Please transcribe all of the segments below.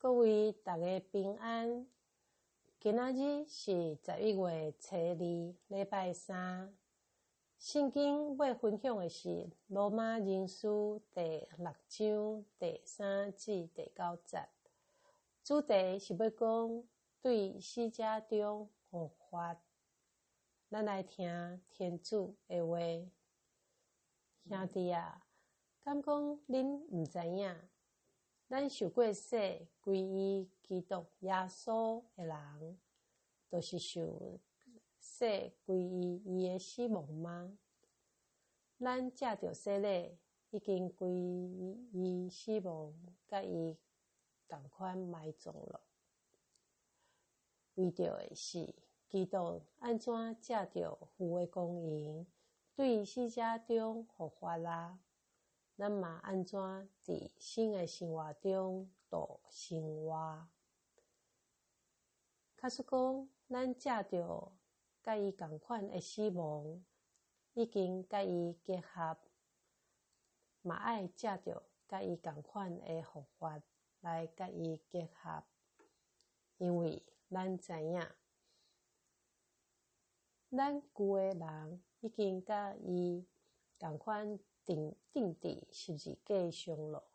各位大家平安。今仔日是11月初2，礼拜三。圣经要分享的是罗马人书第6章第3至第9节。主题是要讲对死者中复活。咱来听天主的话。兄弟啊，敢讲恁毋知影？咱受过洗归于基督耶稣的人，就是受洗归于伊的死亡吗？咱借着洗礼，已经归于伊死亡，甲伊同款埋葬了。为着的是基督安怎借着父的供应，对死者中复活啦？咱嘛安怎伫新的生活中度生活？假使讲，咱借着甲伊同款的死亡，已经甲伊结合，嘛爱借着甲伊同款的复活来甲伊结合，因为咱知影，咱旧的人已经甲伊同款钉伫十字架上了，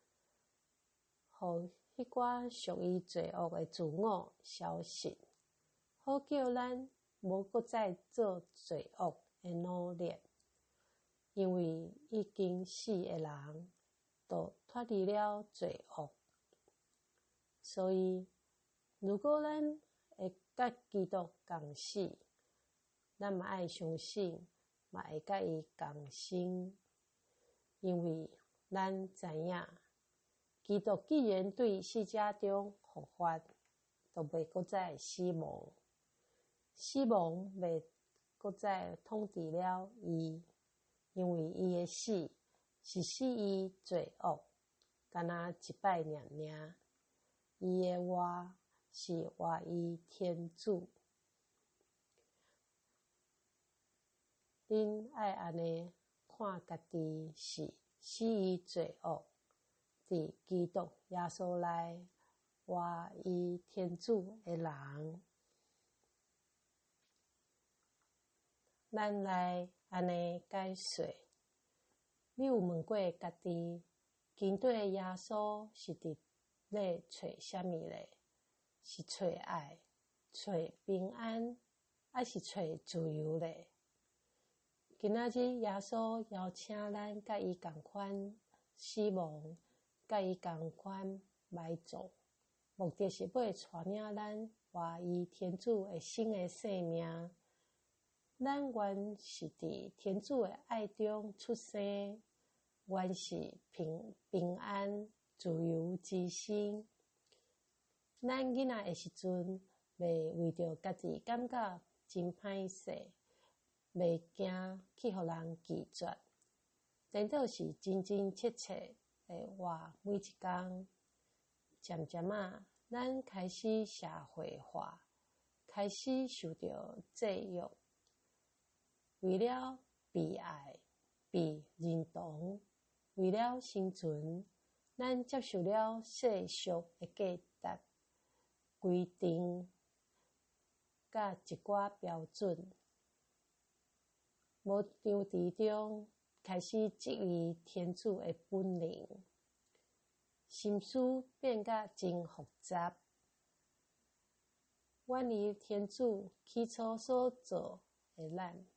互迄寡属于罪恶的自我消失，好叫咱无搁再做罪恶的努力，因为已经死的人都脱离了罪恶。所以，如果咱会甲基督共死，咱嘛爱相信，嘛会甲伊共生。因为咱知影，基督既然对死者中复活，就袂搁再死亡，死亡袂搁再统治了伊，因为伊的死是死于罪恶，干那一摆尔尔，伊的活是活于天主。恁爱安尼看家己是死于罪恶，伫基督耶稣内活于天主的人。咱来安尼解说，你有问过家己，跟对耶稣是伫咧找啥物咧？是找爱、找平安，还是找自由咧？今仔日耶稣邀请咱甲伊同款死亡，甲伊同款埋葬，目的是要带领咱活于天主的新的生命。咱原是伫天主的爱中出生，原是平安、自由之心。咱囡仔的时阵，袂为着家己感觉真歹势，袂惊去互人拒绝，颠倒是真真切切的活每一天。渐渐啊，咱开始社会化，开始受到制约，为了被爱、被认同，为了生存，咱接受了世俗的价值、规定，甲一寡标准。无张持中，开始质疑天主的本能，心思变甲真复杂，远离天主起初所做的咱，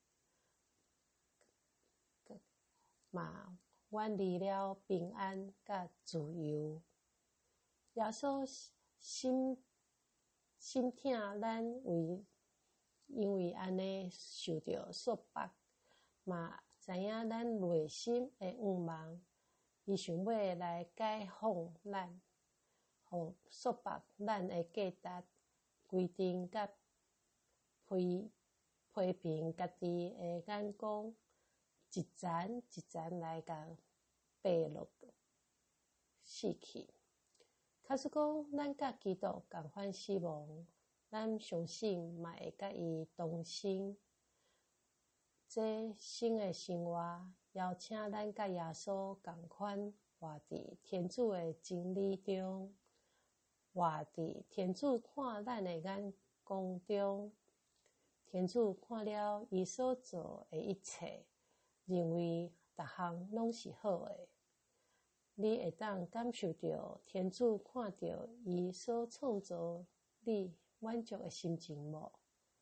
嘛远离了平安甲自由。耶稣心疼咱因为安尼受到束缚。嘛知影咱内心的愿望，伊想要来解放咱，互束缚咱的价值、规定甲批评家己的眼光，一层一层来甲爬落死去。假使讲咱甲基督同款死亡，咱相信嘛会甲伊同生。这新的生活邀请咱甲耶稣同款活伫天主的真理中， 活伫天主看咱的眼光中，天主看了伊所做的一切，认为逐项拢是好的。你会当感受到天主看到伊所创造你满足的心情无？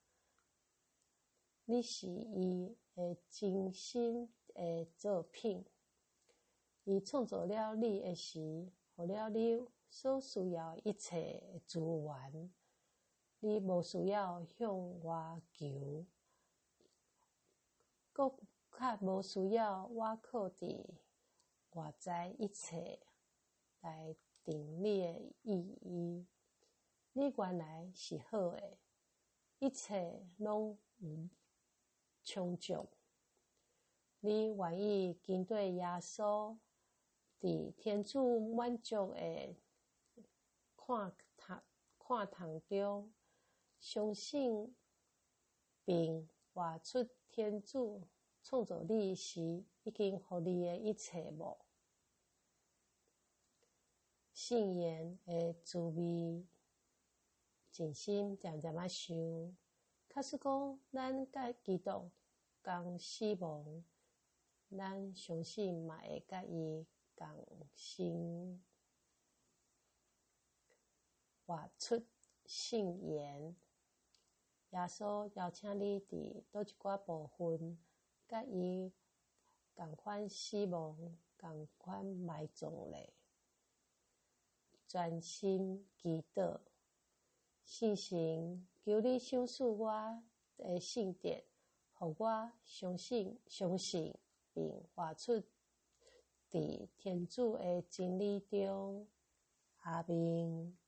你是伊的精心的作品，伊创造了你的时，予了你所需要一切的资源，你无需要向外求，搁较无需要我靠伫外在一切来定你的意义。你原来是好的，一切拢有充足。你愿意跟对耶稣，伫天主满足的看堂中，相信并活出天主创造你时已经予你的一切无？圣言的滋味，静心渐渐仔想。假使讲咱甲基督共死亡，咱相信嘛会甲伊共生。活出圣言，耶稣邀请你伫倒一寡部分，甲伊共款死亡，共款埋葬咧。专心祈祷，圣神，求你赏赐我的圣殿，互我相信并活出伫天主的真理中。阿们。